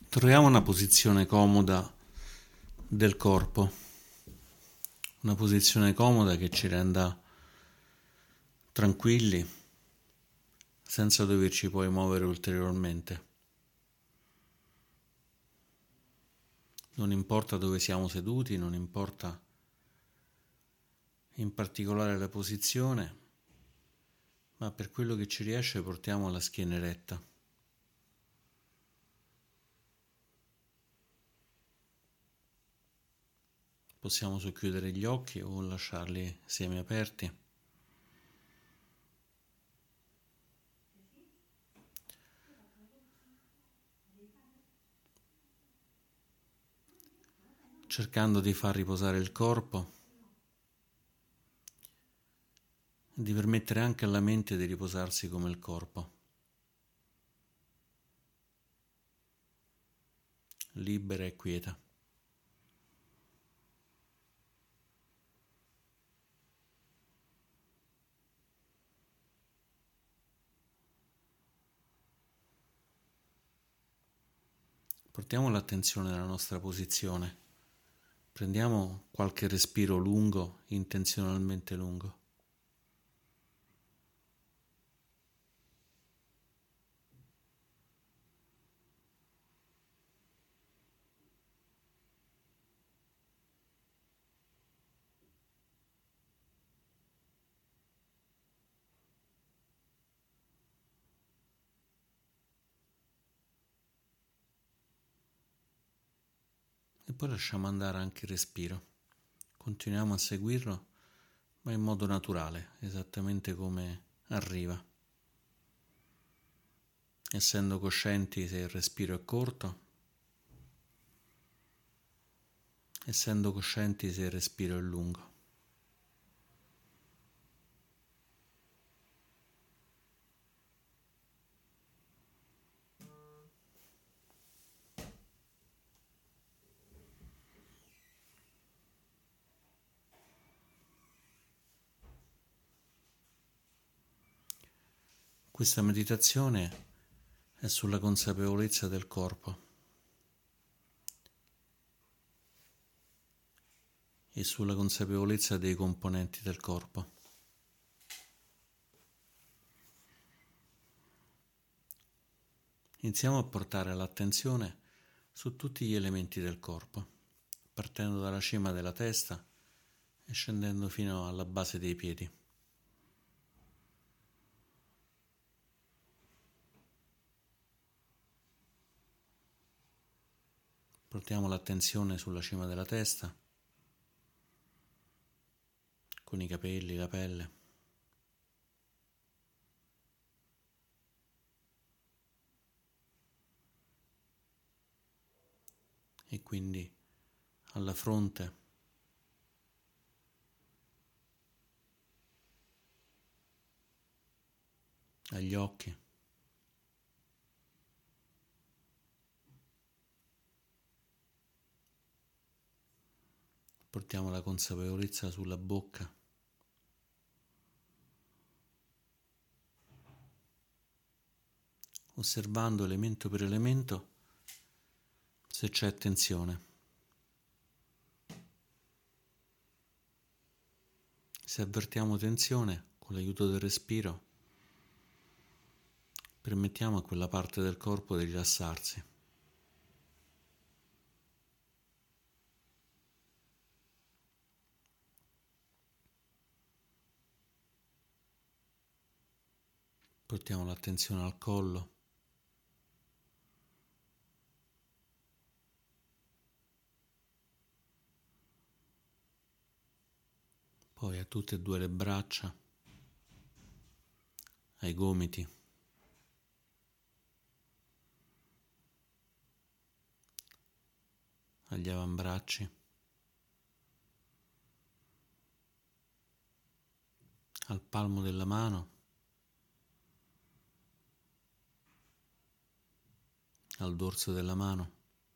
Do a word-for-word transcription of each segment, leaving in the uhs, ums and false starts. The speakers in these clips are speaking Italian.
Troviamo una posizione comoda del corpo, una posizione comoda che ci renda tranquilli senza doverci poi muovere ulteriormente. Non importa dove siamo seduti, non importa in particolare la posizione, ma per quello che ci riesce portiamo la schiena eretta. Possiamo socchiudere gli occhi o lasciarli semiaperti. Cercando di far riposare il corpo, di permettere anche alla mente di riposarsi come il corpo, libera e quieta. Portiamo l'attenzione nella nostra posizione, prendiamo qualche respiro lungo, intenzionalmente lungo. E poi lasciamo andare anche il respiro. Continuiamo a seguirlo, ma in modo naturale, esattamente come arriva. Essendo coscienti se il respiro è corto, essendo coscienti se il respiro è lungo. Questa meditazione è sulla consapevolezza del corpo e sulla consapevolezza dei componenti del corpo. Iniziamo a portare l'attenzione su tutti gli elementi del corpo, partendo dalla cima della testa e scendendo fino alla base dei piedi. Portiamo l'attenzione sulla cima della testa, con i capelli, la pelle. E quindi alla fronte, agli occhi, portiamo la consapevolezza sulla bocca, osservando elemento per elemento se c'è tensione. Se avvertiamo tensione, con l'aiuto del respiro, permettiamo a quella parte del corpo di rilassarsi. Portiamo l'attenzione al collo, poi a tutte e due le braccia, ai gomiti, agli avambracci, al palmo della mano, al dorso della mano.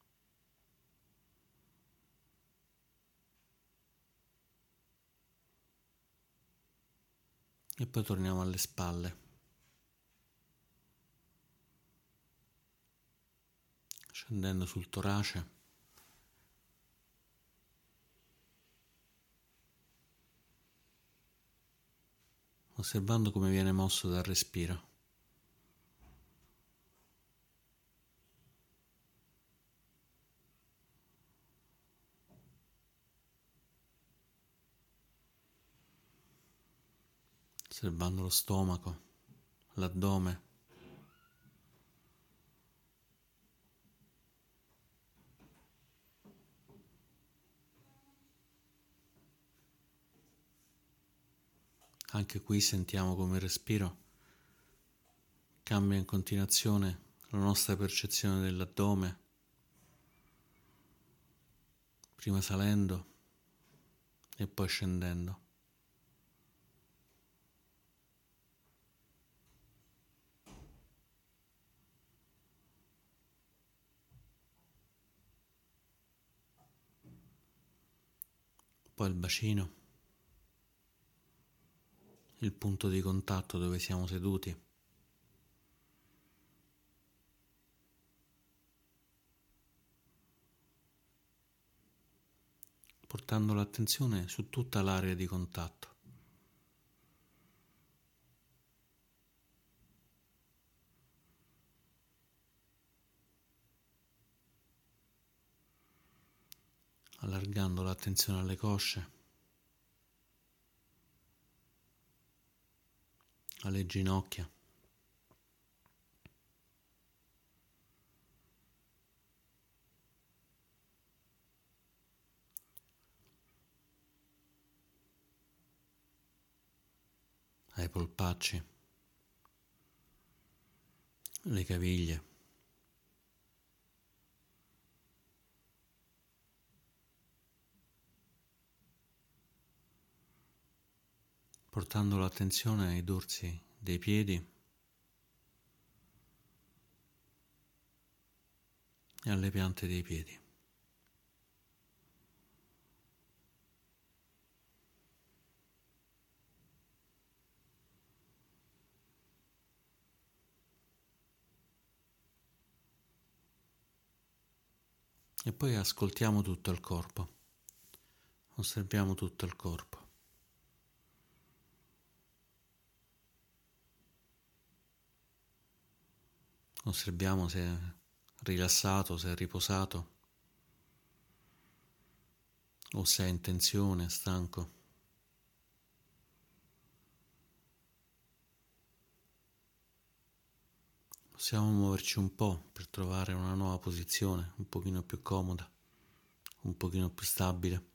E poi torniamo alle spalle, scendendo sul torace, osservando come viene mosso dal respiro. Osservando lo stomaco, l'addome. Anche qui sentiamo come il respiro cambia in continuazione la nostra percezione dell'addome, prima salendo e poi scendendo. Poi il bacino, il punto di contatto dove siamo seduti. Portando l'attenzione su tutta l'area di contatto. Allargando l'attenzione alle cosce, alle ginocchia, ai polpacci, le caviglie. Portando l'attenzione ai dorsi dei piedi e alle piante dei piedi. E poi ascoltiamo tutto il corpo, osserviamo tutto il corpo. Osserviamo se è rilassato, se è riposato o se è in tensione, stanco. Possiamo muoverci un po' per trovare una nuova posizione, un pochino più comoda, un pochino più stabile.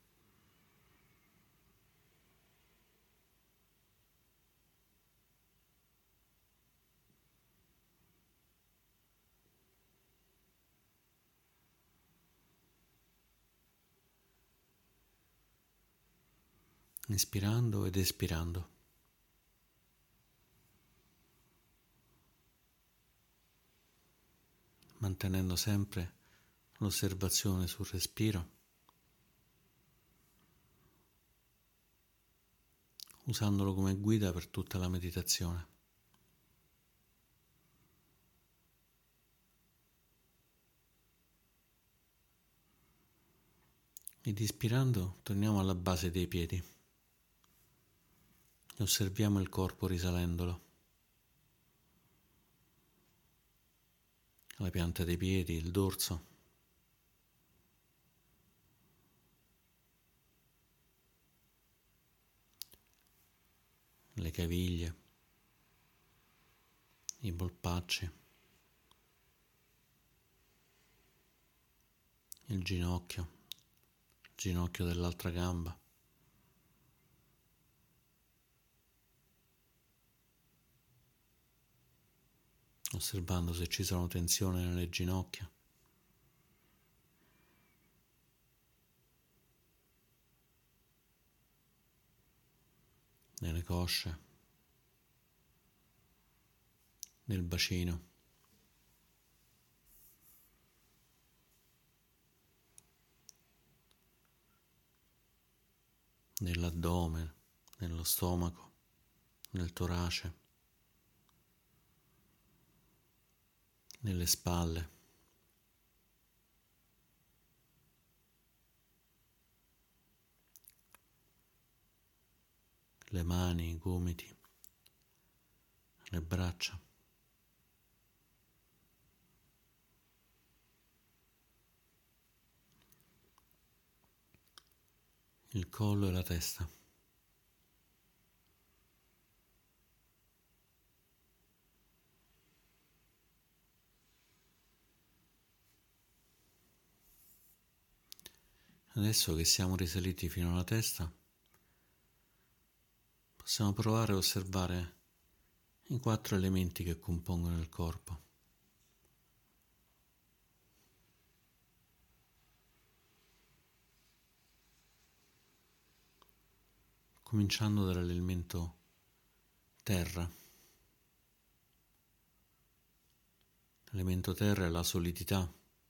Inspirando ed espirando. Mantenendo sempre l'osservazione sul respiro, usandolo come guida per tutta la meditazione. Ed ispirando torniamo alla base dei piedi e osserviamo il corpo risalendolo. La pianta dei piedi, il dorso. Le caviglie, i polpacci, il ginocchio, il ginocchio dell'altra gamba. Osservando se ci sono tensioni nelle ginocchia. Nelle cosce, nel bacino, nell'addome, nello stomaco, nel torace, nelle spalle. le mani, i gomiti, le braccia. Il collo e la testa. Adesso che siamo risaliti fino alla testa, possiamo provare a osservare i quattro elementi che compongono il corpo. Cominciando dall'elemento terra. L'elemento terra è la solidità,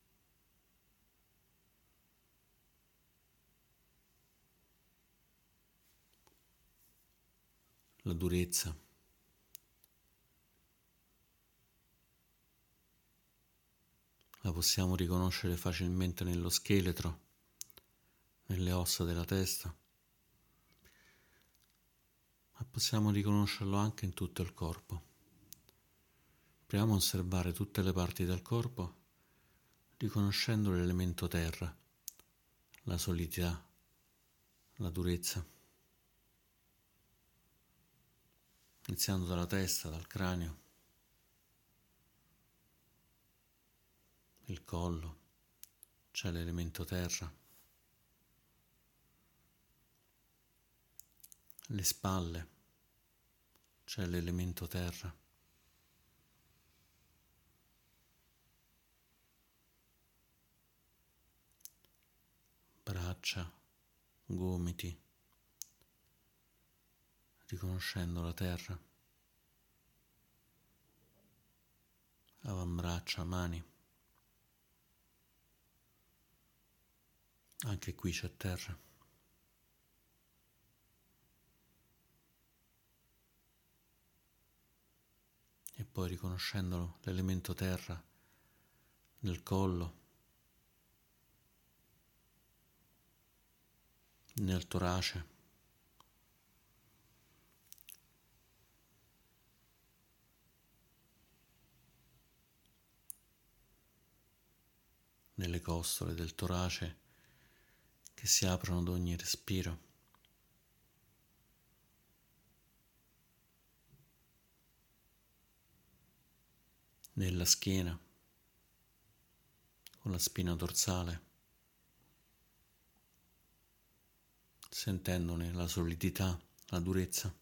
la durezza, la possiamo riconoscere facilmente nello scheletro, nelle ossa della testa, ma possiamo riconoscerlo anche in tutto il corpo. Proviamo a osservare tutte le parti del corpo riconoscendo l'elemento terra, la solidità, la durezza, iniziando dalla testa, dal cranio, il collo, c'è l'elemento terra, le spalle, c'è l'elemento terra, braccia, gomiti, riconoscendo la terra, avambraccia, mani, anche qui c'è terra. E poi riconoscendo l'elemento terra nel collo, nel torace, nelle costole del torace che si aprono ad ogni respiro, nella schiena, con la spina dorsale, sentendone la solidità, la durezza.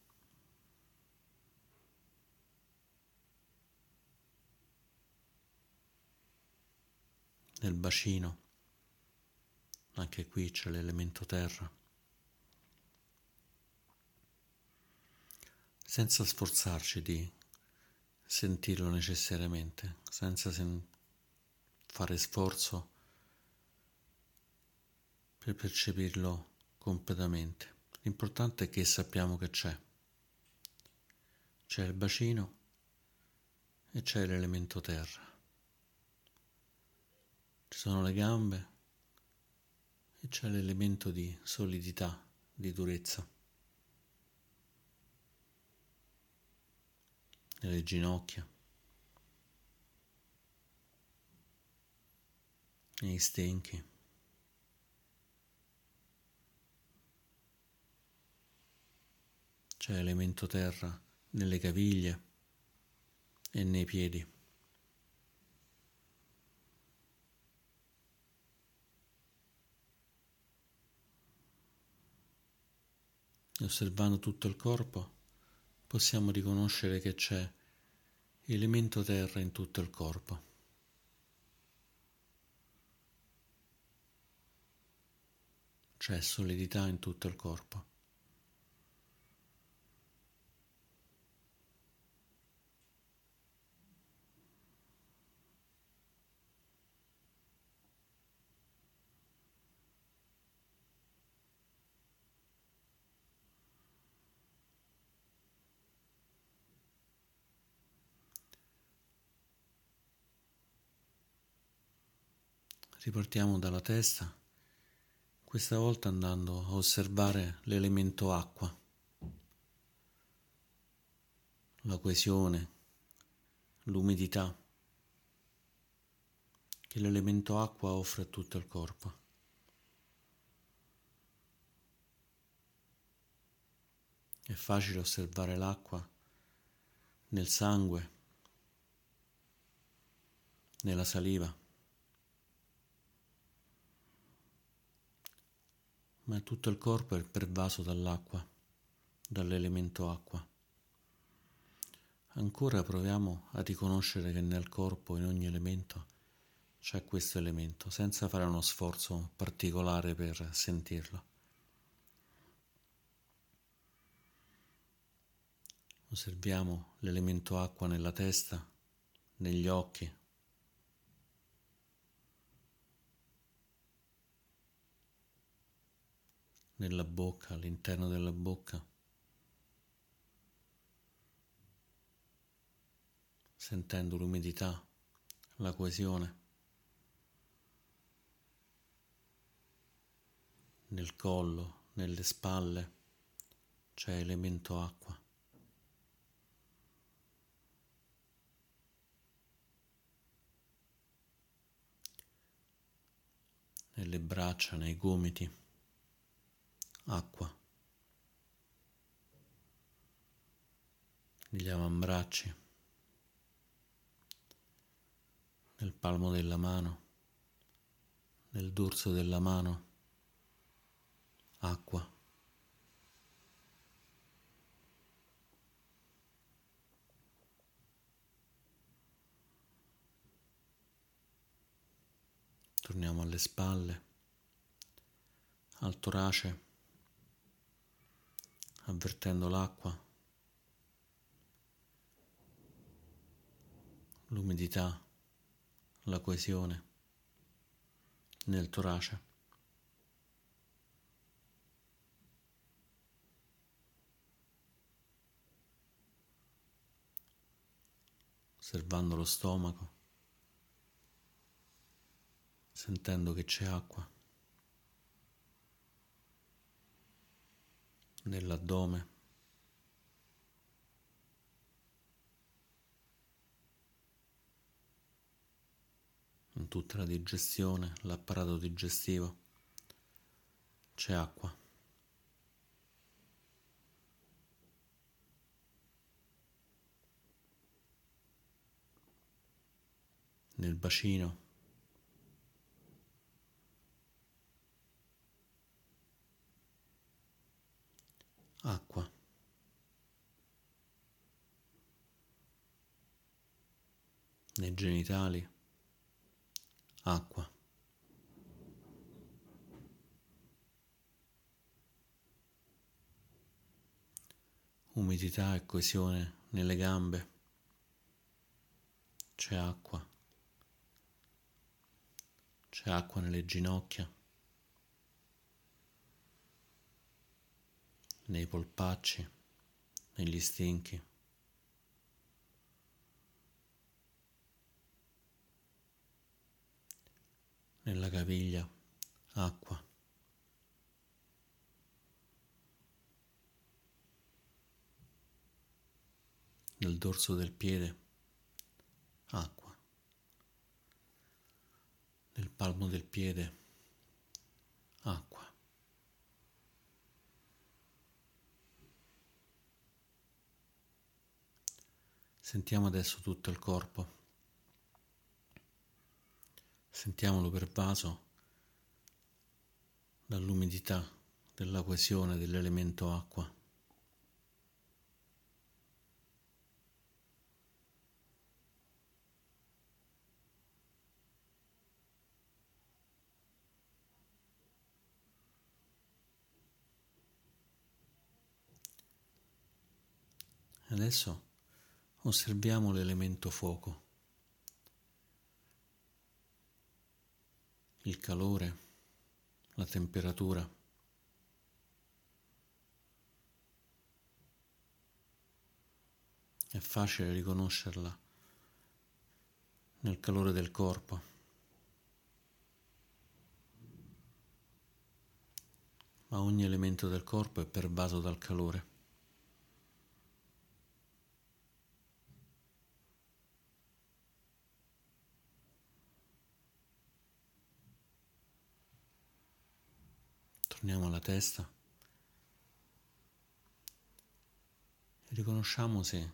Nel bacino, anche qui c'è l'elemento terra. Senza sforzarci di sentirlo necessariamente, senza sen- fare sforzo per percepirlo completamente. L'importante è che sappiamo che c'è. C'è il bacino e c'è l'elemento terra. Ci sono le gambe e c'è l'elemento di solidità, di durezza. Nelle ginocchia, nei stenchi. C'è l'elemento terra nelle caviglie e nei piedi. E osservando tutto il corpo possiamo riconoscere che c'è elemento terra in tutto il corpo. C'è solidità in tutto il corpo. Ripartiamo dalla testa, questa volta andando a osservare l'elemento acqua. la coesione, l'umidità che l'elemento acqua offre a tutto il corpo. È facile osservare l'acqua nel sangue, nella saliva, ma tutto il corpo è pervaso dall'acqua, dall'elemento acqua. Ancora proviamo a riconoscere che nel corpo, in ogni elemento, c'è questo elemento, senza fare uno sforzo particolare per sentirlo. Osserviamo l'elemento acqua nella testa, negli occhi, nella bocca, all'interno della bocca, sentendo l'umidità, la coesione, nel collo, nelle spalle, c'è elemento acqua. Nelle braccia, nei gomiti, acqua. Negli avambracci, nel palmo della mano, nel dorso della mano, acqua. Torniamo alle spalle, al torace, avvertendo l'acqua, l'umidità, la coesione nel torace. Osservando lo stomaco, sentendo che c'è acqua nell'addome, in tutta la digestione, l'apparato digestivo, c'è acqua. Nel bacino, acqua. Nei genitali, acqua. Umidità e coesione nelle gambe, c'è acqua. C'è acqua nelle ginocchia, nei polpacci, negli stinchi. Nella caviglia, acqua. Nel dorso del piede, acqua. Nel palmo del piede, acqua. Sentiamo adesso tutto il corpo. Sentiamolo pervaso dall'umidità, della coesione dell'elemento acqua. Adesso osserviamo l'elemento fuoco, il calore, la temperatura. È facile riconoscerla nel calore del corpo, ma ogni elemento del corpo è pervaso dal calore. avviciniamo la testa e riconosciamo se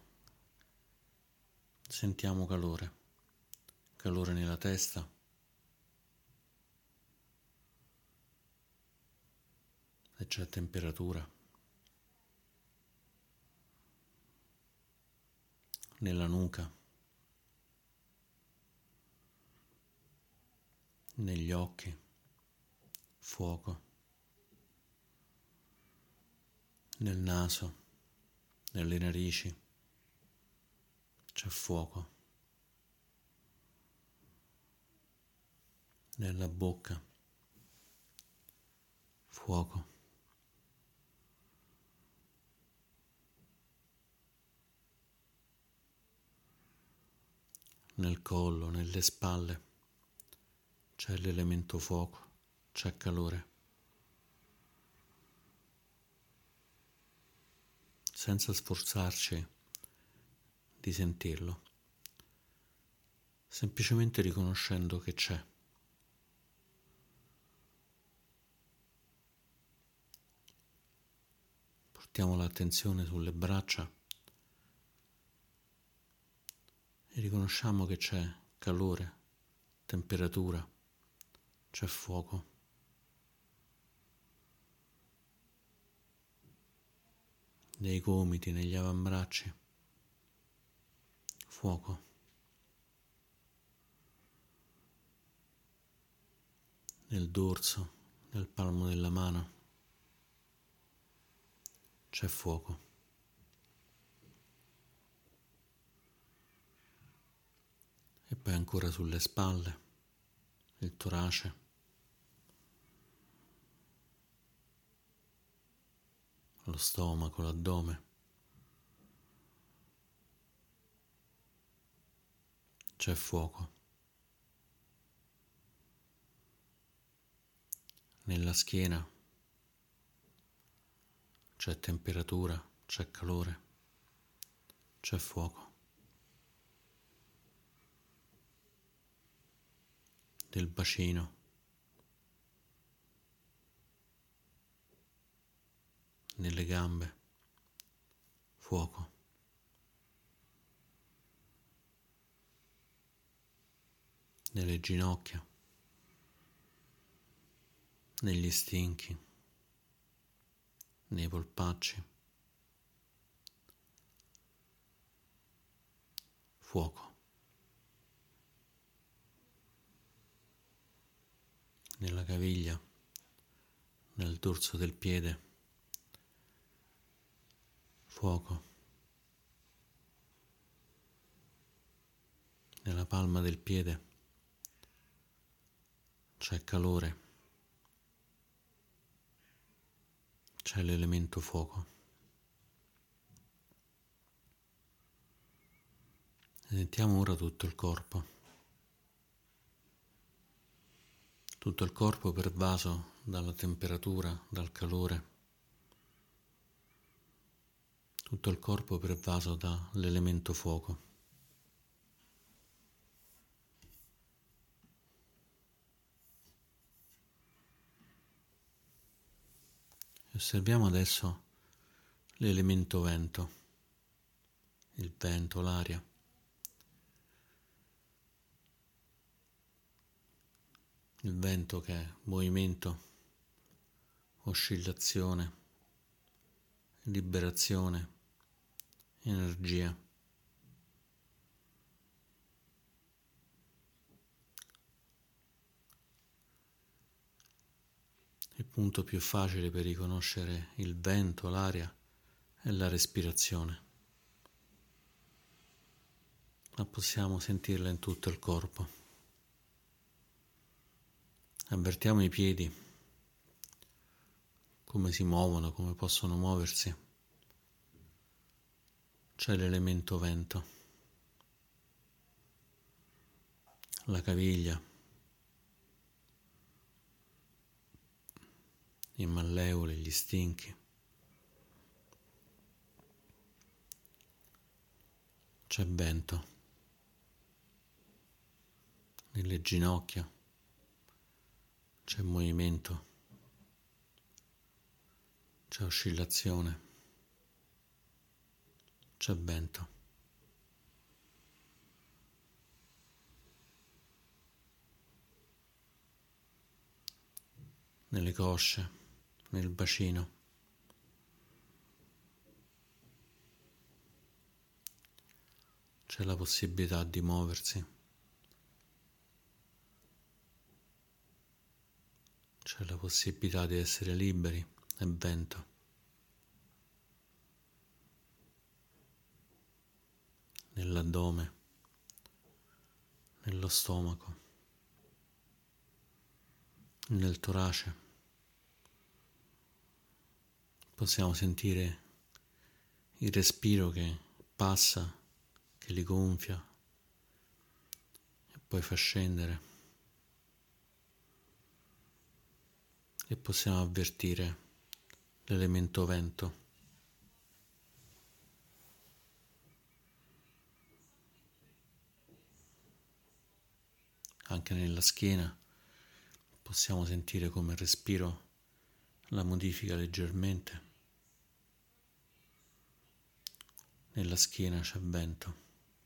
sentiamo calore, calore nella testa, se c'è temperatura, nella nuca, negli occhi, fuoco, nel naso, nelle narici, c'è fuoco, nella bocca, fuoco, nel collo, nelle spalle, c'è l'elemento fuoco, c'è calore. Senza sforzarci di sentirlo, semplicemente riconoscendo che c'è. Portiamo l'attenzione sulle braccia e riconosciamo che c'è calore, temperatura, c'è fuoco. Nei gomiti, negli avambracci, fuoco. Nel dorso, nel palmo della mano, c'è fuoco. E poi ancora sulle spalle, il torace, lo stomaco, l'addome, c'è fuoco. Nella schiena c'è temperatura, c'è calore, c'è fuoco. Del bacino, nelle gambe, fuoco. Nelle ginocchia, negli stinchi, nei polpacci, fuoco. Nella caviglia, nel dorso del piede, fuoco. Nella palma del piede c'è calore, c'è l'elemento fuoco. Sentiamo ora tutto il corpo, tutto il corpo pervaso dalla temperatura, dal calore, tutto il corpo pervaso dall'elemento fuoco. Osserviamo adesso l'elemento vento, il vento, l'aria. Il vento che è movimento, oscillazione, liberazione, energia. Il punto più facile per riconoscere il vento, l'aria, è la respirazione, ma possiamo sentirla in tutto il corpo. Avvertiamo i piedi, come si muovono, come possono muoversi. C'è l'elemento vento, la caviglia, i malleoli, gli stinchi. C'è vento nelle ginocchia, c'è movimento, c'è oscillazione, c'è vento. Nelle cosce, nel bacino. C'è la possibilità di muoversi. C'è la possibilità di essere liberi e vento. Nell'addome, nello stomaco, nel torace. Possiamo sentire il respiro che passa, che li gonfia e poi fa scendere. E possiamo avvertire l'elemento vento. Anche nella schiena possiamo sentire come il respiro la modifica leggermente. Nella schiena c'è vento.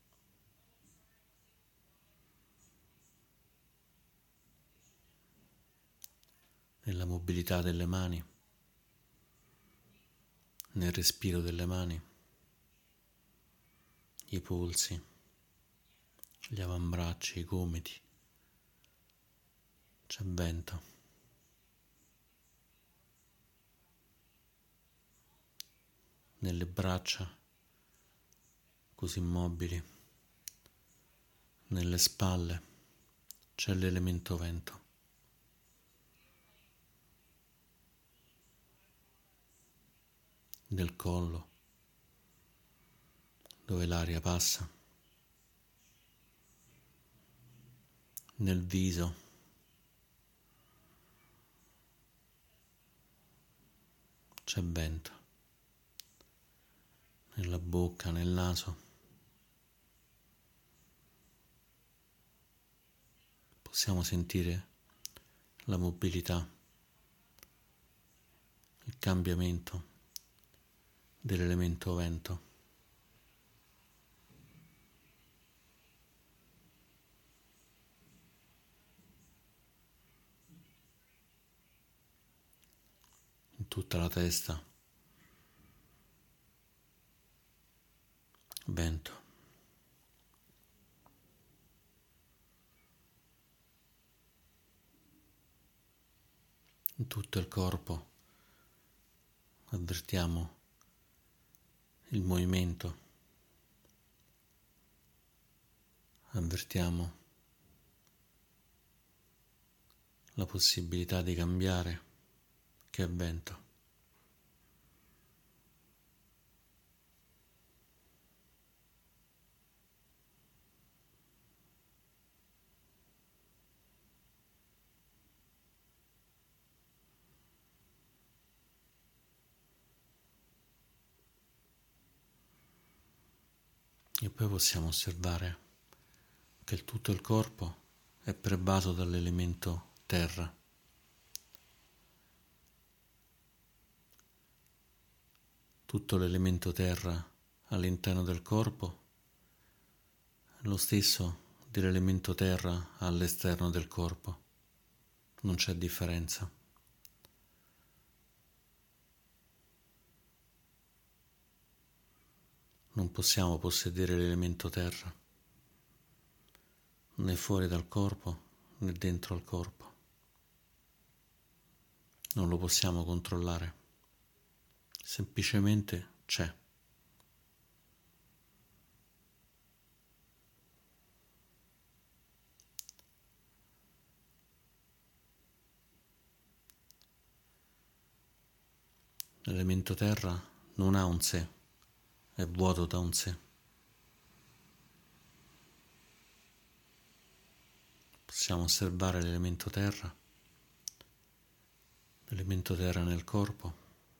Nella mobilità delle mani, nel respiro delle mani, i polsi, gli avambracci, i gomiti. C'è vento. Nelle braccia, così immobili, nelle spalle c'è l'elemento vento. Nel collo, dove l'aria passa, nel viso, c'è vento, nella bocca, nel naso. Possiamo sentire la mobilità, il cambiamento dell'elemento vento. In tutta la testa, vento. In tutto il corpo avvertiamo il movimento, avvertiamo la possibilità di cambiare, che è vento. E poi possiamo osservare che il tutto il corpo è pervaso dall'elemento terra. Tutto l'elemento terra all'interno del corpo è lo stesso dell'elemento terra all'esterno del corpo. Non c'è differenza. Non possiamo possedere l'elemento terra, né fuori dal corpo né dentro al corpo. Non lo possiamo controllare, semplicemente c'è. L'elemento terra non ha un sé, è vuoto da un sé. Possiamo osservare l'elemento terra, l'elemento terra nel corpo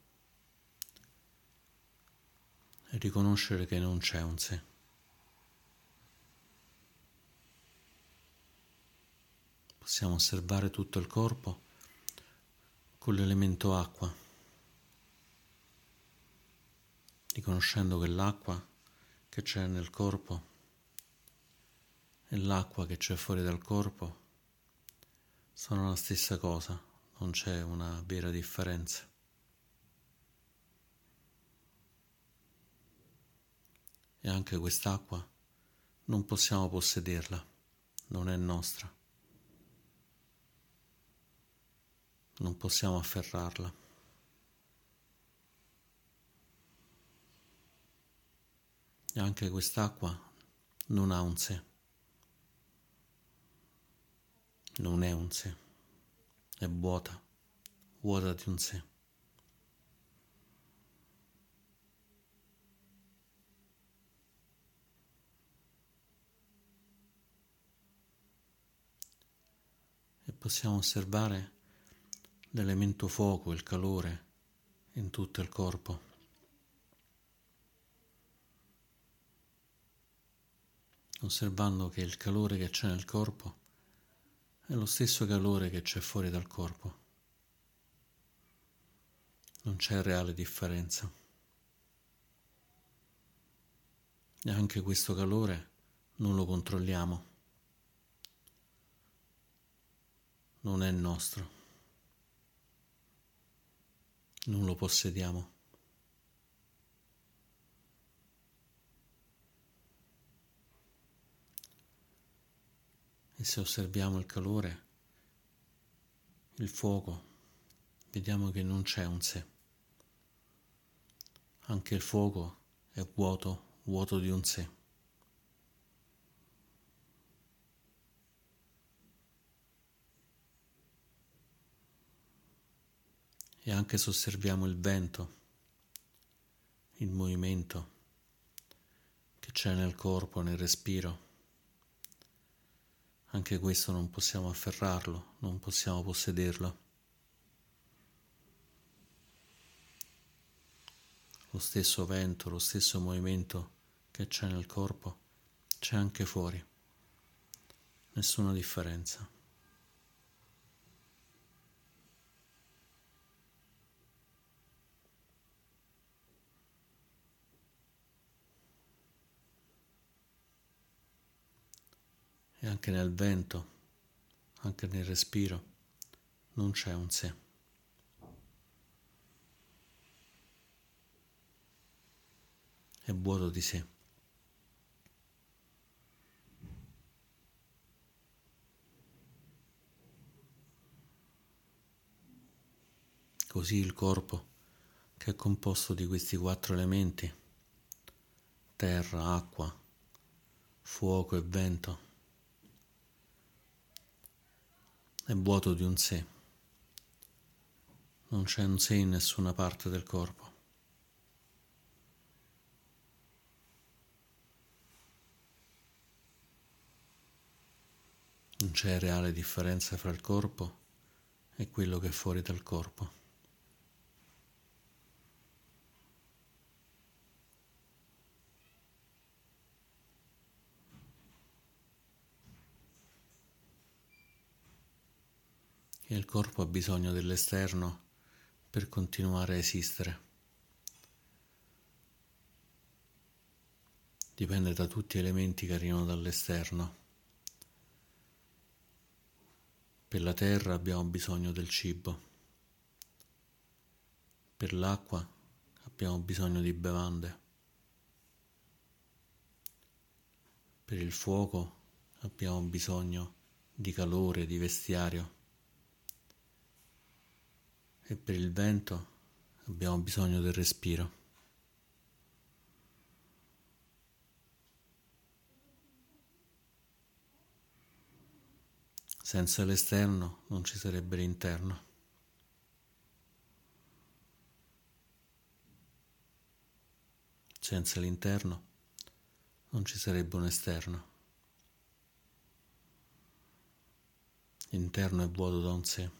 e riconoscere che non c'è un sé. Possiamo osservare tutto il corpo con l'elemento acqua. riconoscendo che l'acqua che c'è nel corpo e l'acqua che c'è fuori dal corpo sono la stessa cosa, non c'è una vera differenza. E anche quest'acqua non possiamo possederla, non è nostra, non possiamo afferrarla. E anche quest'acqua non ha un sé, non è un sé, è vuota, vuota di un sé. E possiamo osservare l'elemento fuoco, il calore, in tutto il corpo. Osservando che il calore che c'è nel corpo è lo stesso calore che c'è fuori dal corpo. Non c'è reale differenza. E anche questo calore non lo controlliamo. Non è nostro. Non lo possediamo. E se osserviamo il calore, il fuoco, vediamo che non c'è un sé. Anche il fuoco è vuoto, vuoto di un sé. E anche se osserviamo il vento, il movimento che c'è nel corpo, nel respiro, anche questo non possiamo afferrarlo, non possiamo possederlo. Lo stesso vento, lo stesso movimento che c'è nel corpo, c'è anche fuori. Nessuna differenza. E anche nel vento, anche nel respiro, non c'è un sé. È vuoto di sé. Così il corpo, che è composto di questi quattro elementi, terra, acqua, fuoco e vento, è vuoto di un sé. Non c'è un sé in nessuna parte del corpo. Non c'è reale differenza fra il corpo e quello che è fuori dal corpo. E il corpo ha bisogno dell'esterno per continuare a esistere. Dipende da tutti gli elementi che arrivano dall'esterno. Per la terra abbiamo bisogno del cibo. Per l'acqua abbiamo bisogno di bevande. Per il fuoco abbiamo bisogno di calore, di vestiario. E per il vento abbiamo bisogno del respiro. Senza l'esterno non ci sarebbe l'interno. Senza l'interno non ci sarebbe un esterno. L'interno è vuoto da un sé.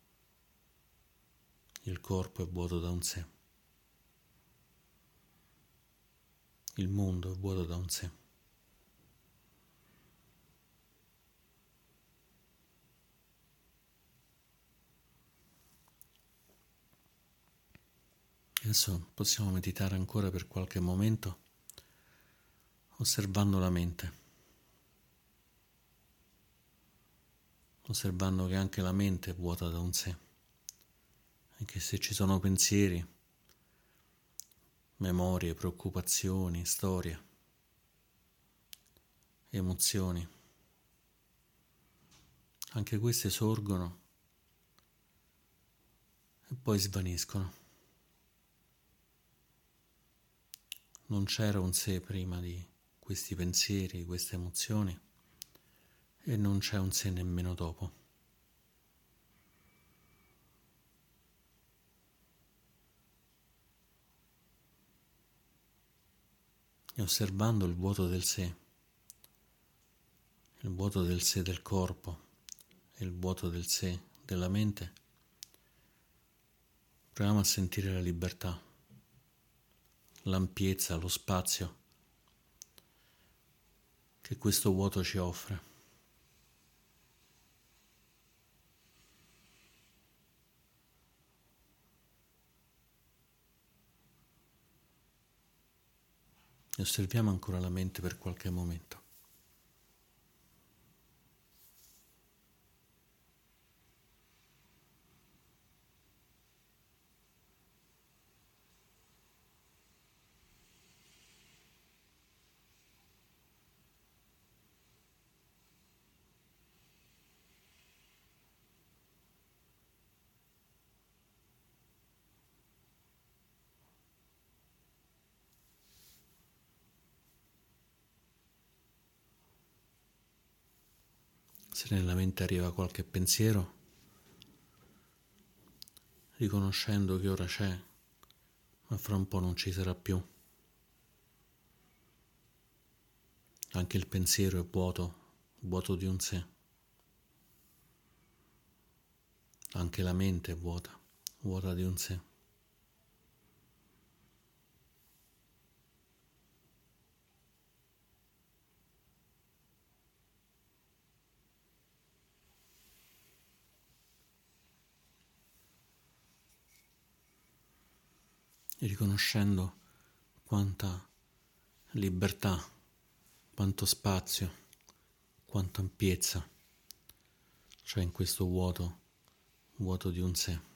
Il corpo è vuoto da un sé. Il mondo è vuoto da un sé. Adesso possiamo meditare ancora per qualche momento osservando la mente, osservando che anche la mente è vuota da un sé e che se ci sono pensieri, memorie, preoccupazioni, storie, emozioni, anche queste sorgono e poi svaniscono. Non c'era un sé prima di questi pensieri, queste emozioni, e non c'è un sé nemmeno dopo. E osservando il vuoto del sé, il vuoto del sé del corpo e il vuoto del sé della mente, proviamo a sentire la libertà, l'ampiezza, lo spazio che questo vuoto ci offre. E osserviamo ancora la mente per qualche momento. Se nella mente arriva qualche pensiero, riconoscendo che ora c'è, ma fra un po' non ci sarà più. Anche il pensiero è vuoto, vuoto di un sé. Anche la mente è vuota, vuota di un sé. E riconoscendo quanta libertà, quanto spazio, quanta ampiezza c'è in questo vuoto, vuoto di un sé.